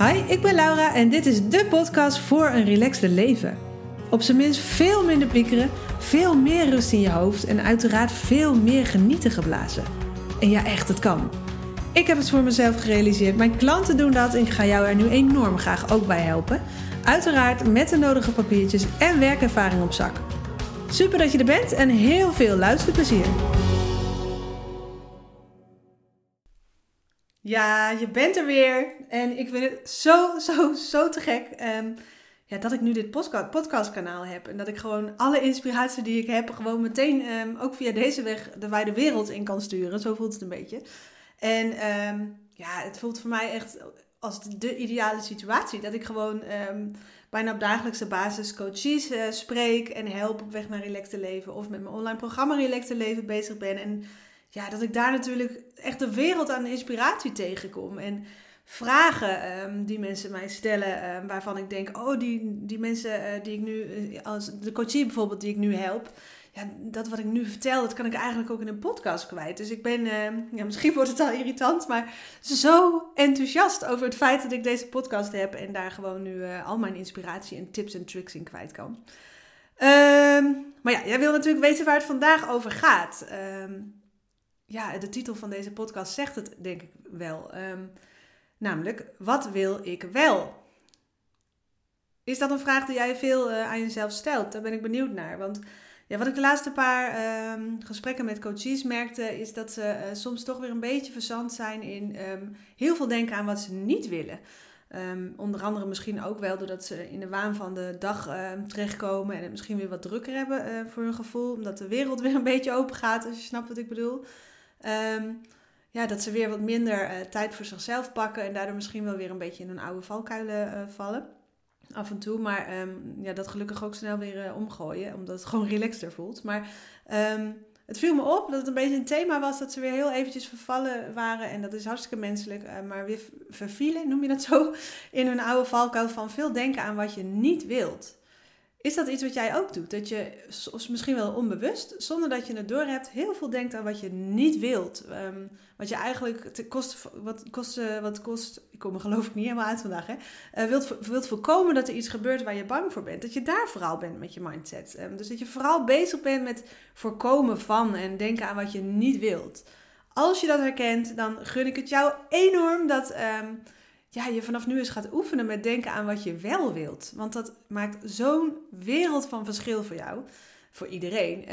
Hi, ik ben Laura en dit is de podcast voor een relaxter leven. Op zijn minst veel minder piekeren, veel meer rust in je hoofd en uiteraard veel meer genieten geblazen. En ja, echt, het kan. Ik heb het voor mezelf gerealiseerd, mijn klanten doen dat en ik ga jou er nu enorm graag ook bij helpen. Uiteraard met de nodige papiertjes en werkervaring op zak. Super dat je er bent en heel veel luisterplezier. Ja, je bent er weer en ik vind het zo te gek dat ik nu dit podcastkanaal heb. En dat ik gewoon alle inspiratie die ik heb gewoon meteen ook via deze weg de wijde wereld in kan sturen. Zo voelt het een beetje. En het voelt voor mij echt als de ideale situatie. Dat ik gewoon bijna op dagelijkse basis coaches spreek en help op weg naar relaxte leven. Of met mijn online programma Relaxte Leven bezig ben. En ja, dat ik daar natuurlijk echt de wereld aan inspiratie tegenkom. En vragen die mensen mij stellen, waarvan ik denk, die mensen die ik nu, als de coachie bijvoorbeeld die ik nu help, ja, dat wat ik nu vertel, dat kan ik eigenlijk ook in een podcast kwijt. Dus ik ben, misschien wordt het al irritant, maar zo enthousiast over het feit dat ik deze podcast heb en daar gewoon nu al mijn inspiratie en tips en tricks in kwijt kan. Maar ja, jij wil natuurlijk weten waar het vandaag over gaat. De titel van deze podcast zegt het denk ik wel. Namelijk, wat wil ik wel? Is dat een vraag die jij veel aan jezelf stelt? Daar ben ik benieuwd naar. Want ja, wat ik de laatste paar gesprekken met coaches merkte, is dat ze soms toch weer een beetje verzand zijn in heel veel denken aan wat ze niet willen. Onder andere misschien ook wel doordat ze in de waan van de dag terechtkomen en het misschien weer wat drukker hebben voor hun gevoel. Omdat de wereld weer een beetje open gaat, als je snapt wat ik bedoel. Dat ze weer wat minder tijd voor zichzelf pakken en daardoor misschien wel weer een beetje in hun oude valkuilen vallen. Af en toe, maar dat gelukkig ook snel weer omgooien, omdat het gewoon relaxter voelt. Maar het viel me op dat het een beetje een thema was dat ze weer heel eventjes vervallen waren. En dat is hartstikke menselijk, maar weer vervielen, noem je dat zo, in hun oude valkuil van veel denken aan wat je niet wilt. Is dat iets wat jij ook doet? Dat je misschien wel onbewust, zonder dat je het doorhebt, heel veel denkt aan wat je niet wilt. Wat je eigenlijk wat kost, ik kom er geloof ik niet helemaal uit vandaag, wilt voorkomen dat er iets gebeurt waar je bang voor bent. Dat je daar vooral bent met je mindset. Dus dat je vooral bezig bent met voorkomen van en denken aan wat je niet wilt. Als je dat herkent, dan gun ik het jou enorm dat je vanaf nu eens gaat oefenen met denken aan wat je wel wilt. Want dat maakt zo'n wereld van verschil voor jou. Voor iedereen.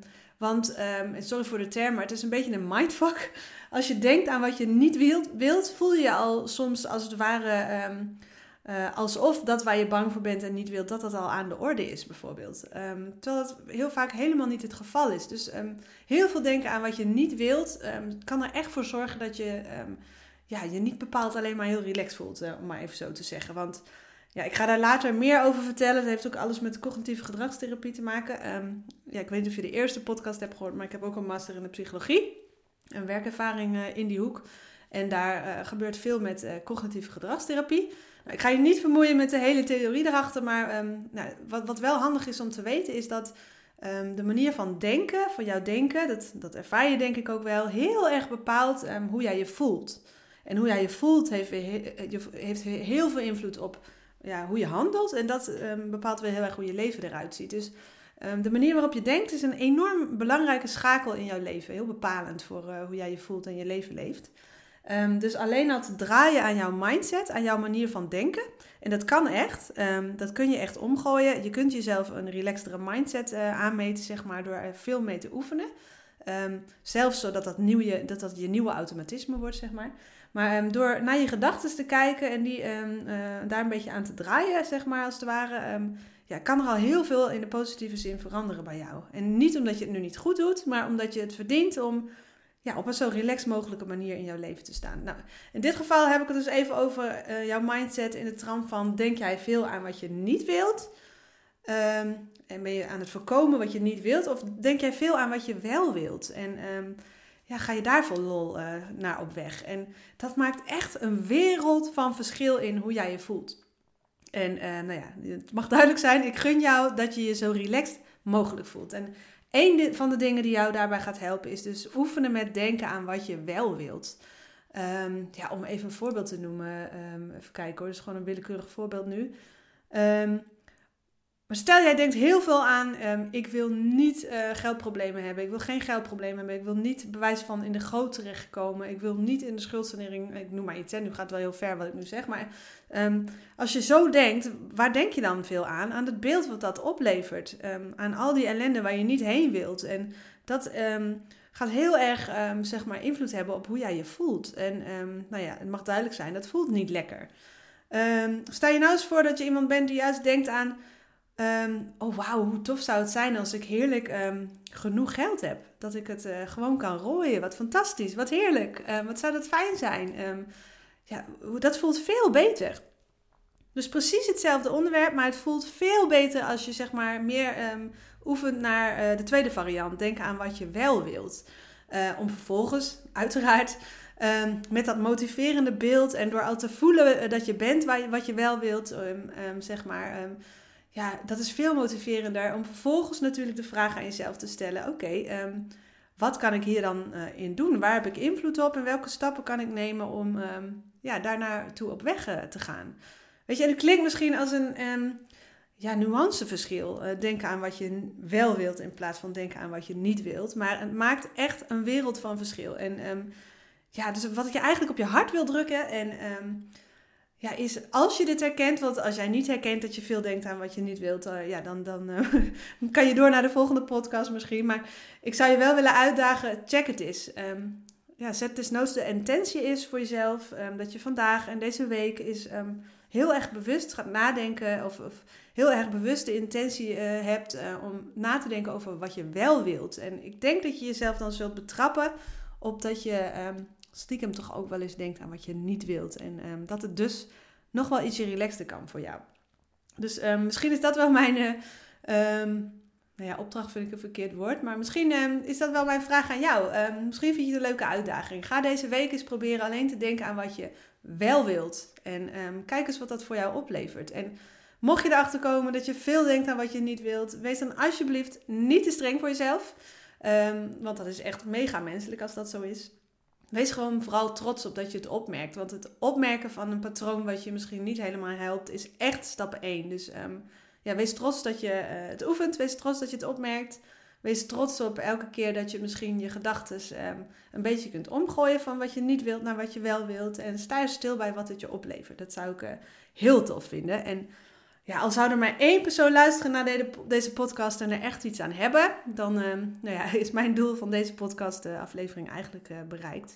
Sorry voor de term, maar het is een beetje een mindfuck. Als je denkt aan wat je niet wilt, voel je al soms als het ware alsof dat waar je bang voor bent en niet wilt, dat al aan de orde is bijvoorbeeld. Terwijl dat heel vaak helemaal niet het geval is. Dus heel veel denken aan wat je niet wilt kan er echt voor zorgen dat je je niet bepaald alleen maar heel relaxed voelt, om maar even zo te zeggen. Want ik ga daar later meer over vertellen. Dat heeft ook alles met cognitieve gedragstherapie te maken. Ik weet niet of je de eerste podcast hebt gehoord, maar ik heb ook een master in de psychologie. Een werkervaring in die hoek. En daar gebeurt veel met cognitieve gedragstherapie. Nou, ik ga je niet vermoeien met de hele theorie erachter, maar wat wel handig is om te weten is dat de manier van denken, van jouw denken, dat ervaar je denk ik ook wel, heel erg bepaalt hoe jij je voelt. En hoe jij je voelt heeft heel veel invloed op hoe je handelt. En dat bepaalt weer heel erg hoe je leven eruit ziet. Dus de manier waarop je denkt is een enorm belangrijke schakel in jouw leven. Heel bepalend voor hoe jij je voelt en je leven leeft. Dus alleen al te draaien aan jouw mindset, aan jouw manier van denken. En dat kan echt. Dat kun je echt omgooien. Je kunt jezelf een relaxtere mindset aanmeten, zeg maar, door er veel mee te oefenen. Zelfs zodat dat je nieuwe automatisme wordt, zeg maar. Maar door naar je gedachten te kijken en die daar een beetje aan te draaien, zeg maar, als het ware, kan er al heel veel in de positieve zin veranderen bij jou. En niet omdat je het nu niet goed doet, maar omdat je het verdient om op een zo relaxed mogelijke manier in jouw leven te staan. Nou, in dit geval heb ik het dus even over jouw mindset in de trant van, denk jij veel aan wat je niet wilt? En ben je aan het voorkomen wat je niet wilt? Of denk jij veel aan wat je wel wilt? En ga je daar vol lol naar op weg? En dat maakt echt een wereld van verschil in hoe jij je voelt. En het mag duidelijk zijn, ik gun jou dat je je zo relaxed mogelijk voelt. En één van de dingen die jou daarbij gaat helpen is dus oefenen met denken aan wat je wel wilt. Om even een voorbeeld te noemen. Even kijken hoor, dat is gewoon een willekeurig voorbeeld nu. Maar stel jij denkt heel veel aan, ik wil niet geldproblemen hebben. Ik wil geen geldproblemen hebben. Ik wil niet bewijs van in de goot terechtkomen. Ik wil niet in de schuldsanering. Ik noem maar iets, nu gaat het wel heel ver wat ik nu zeg. Maar als je zo denkt, waar denk je dan veel aan? Aan het beeld wat dat oplevert. Aan al die ellende waar je niet heen wilt. En dat gaat heel erg invloed hebben op hoe jij je voelt. En het mag duidelijk zijn, dat voelt niet lekker. Stel je nou eens voor dat je iemand bent die juist denkt aan... hoe tof zou het zijn als ik heerlijk genoeg geld heb. Dat ik het gewoon kan rooien. Wat fantastisch, wat heerlijk. Wat zou dat fijn zijn. Dat voelt veel beter. Dus precies hetzelfde onderwerp, maar het voelt veel beter als je meer oefent naar de tweede variant. Denk aan wat je wel wilt. Om vervolgens, uiteraard, met dat motiverende beeld en door al te voelen dat je bent wat je wel wilt, dat is veel motiverender om vervolgens natuurlijk de vraag aan jezelf te stellen. Wat kan ik hier dan in doen? Waar heb ik invloed op? En welke stappen kan ik nemen om daar naartoe op weg te gaan? Weet je, en het klinkt misschien als een nuanceverschil. Denken aan wat je wel wilt in plaats van denken aan wat je niet wilt. Maar het maakt echt een wereld van verschil. En dus wat ik je eigenlijk op je hart wil drukken is als je dit herkent, want als jij niet herkent dat je veel denkt aan wat je niet wilt, dan kan je door naar de volgende podcast misschien. Maar ik zou je wel willen uitdagen, check het eens. Zet desnoods de intentie is voor jezelf, dat je vandaag en deze week is heel erg bewust gaat nadenken of heel erg bewust de intentie hebt om na te denken over wat je wel wilt. En ik denk dat je jezelf dan zult betrappen op dat je... stiekem toch ook wel eens denkt aan wat je niet wilt. En dat het dus nog wel ietsje relaxter kan voor jou. Dus misschien is dat wel mijn... opdracht vind ik een verkeerd woord. Maar misschien is dat wel mijn vraag aan jou. Misschien vind je het een leuke uitdaging. Ga deze week eens proberen alleen te denken aan wat je wel wilt. En kijk eens wat dat voor jou oplevert. En mocht je erachter komen dat je veel denkt aan wat je niet wilt, wees dan alsjeblieft niet te streng voor jezelf. Want dat is echt mega menselijk als dat zo is. Wees gewoon vooral trots op dat je het opmerkt. Want het opmerken van een patroon wat je misschien niet helemaal helpt, is echt stap 1. Dus wees trots dat je het oefent. Wees trots dat je het opmerkt. Wees trots op elke keer dat je misschien je gedachten een beetje kunt omgooien van wat je niet wilt naar wat je wel wilt. En sta er stil bij wat het je oplevert. Dat zou ik heel tof vinden. En al zou er maar 1 persoon luisteren naar deze podcast en er echt iets aan hebben, dan is mijn doel van deze podcast-aflevering eigenlijk bereikt.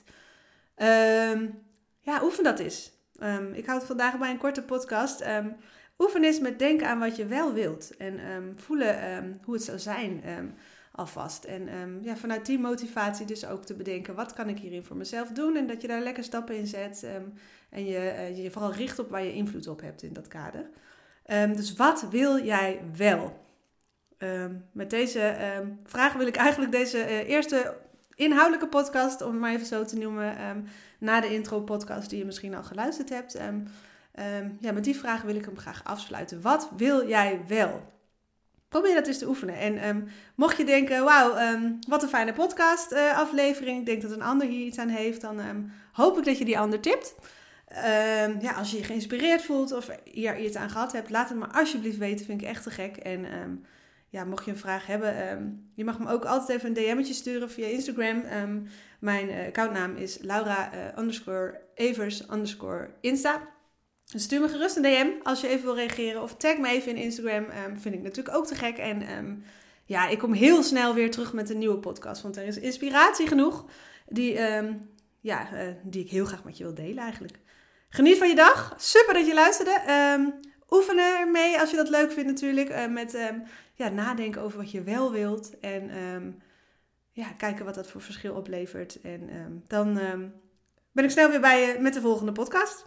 Oefen dat eens. Ik houd vandaag bij een korte podcast. Oefen eens met denken aan wat je wel wilt. En voelen hoe het zou zijn alvast. En vanuit die motivatie dus ook te bedenken, wat kan ik hierin voor mezelf doen? En dat je daar lekker stappen in zet. En je vooral richt op waar je invloed op hebt in dat kader. Dus wat wil jij wel? Met deze vraag wil ik eigenlijk deze eerste inhoudelijke podcast, om het maar even zo te noemen, na de intro podcast die je misschien al geluisterd hebt. Met die vraag wil ik hem graag afsluiten. Wat wil jij wel? Probeer dat eens te oefenen. En mocht je denken, wat een fijne podcast aflevering. Ik denk dat een ander hier iets aan heeft. Dan hoop ik dat je die ander tipt. Als je je geïnspireerd voelt of hier iets aan gehad hebt, laat het me alsjeblieft weten. Vind ik echt te gek. En mocht je een vraag hebben, je mag me ook altijd even een DM'tje sturen via Instagram. Mijn accountnaam is Laura_Evers_Insta. Dus stuur me gerust een DM als je even wil reageren. Of tag me even in Instagram. Vind ik natuurlijk ook te gek. En ik kom heel snel weer terug met een nieuwe podcast. Want er is inspiratie genoeg die ik heel graag met je wil delen eigenlijk. Geniet van je dag. Super dat je luisterde. Oefenen ermee als je dat leuk vindt natuurlijk. Met nadenken over wat je wel wilt. En kijken wat dat voor verschil oplevert. En dan ben ik snel weer bij je met de volgende podcast.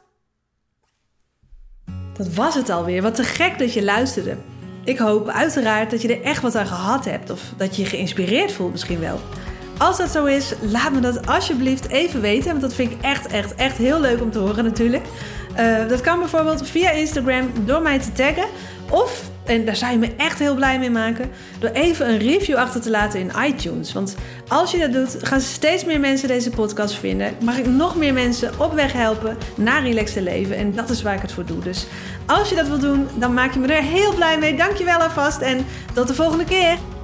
Dat was het alweer. Wat te gek dat je luisterde. Ik hoop uiteraard dat je er echt wat aan gehad hebt. Of dat je je geïnspireerd voelt misschien wel. Als dat zo is, laat me dat alsjeblieft even weten. Want dat vind ik echt heel leuk om te horen natuurlijk. Dat kan bijvoorbeeld via Instagram door mij te taggen. Of En daar zou je me echt heel blij mee maken. Door even een review achter te laten in iTunes. Want als je dat doet, gaan steeds meer mensen deze podcast vinden. Mag ik nog meer mensen op weg helpen naar relaxed leven. En dat is waar ik het voor doe. Dus als je dat wilt doen, dan maak je me er heel blij mee. Dankjewel alvast en tot de volgende keer.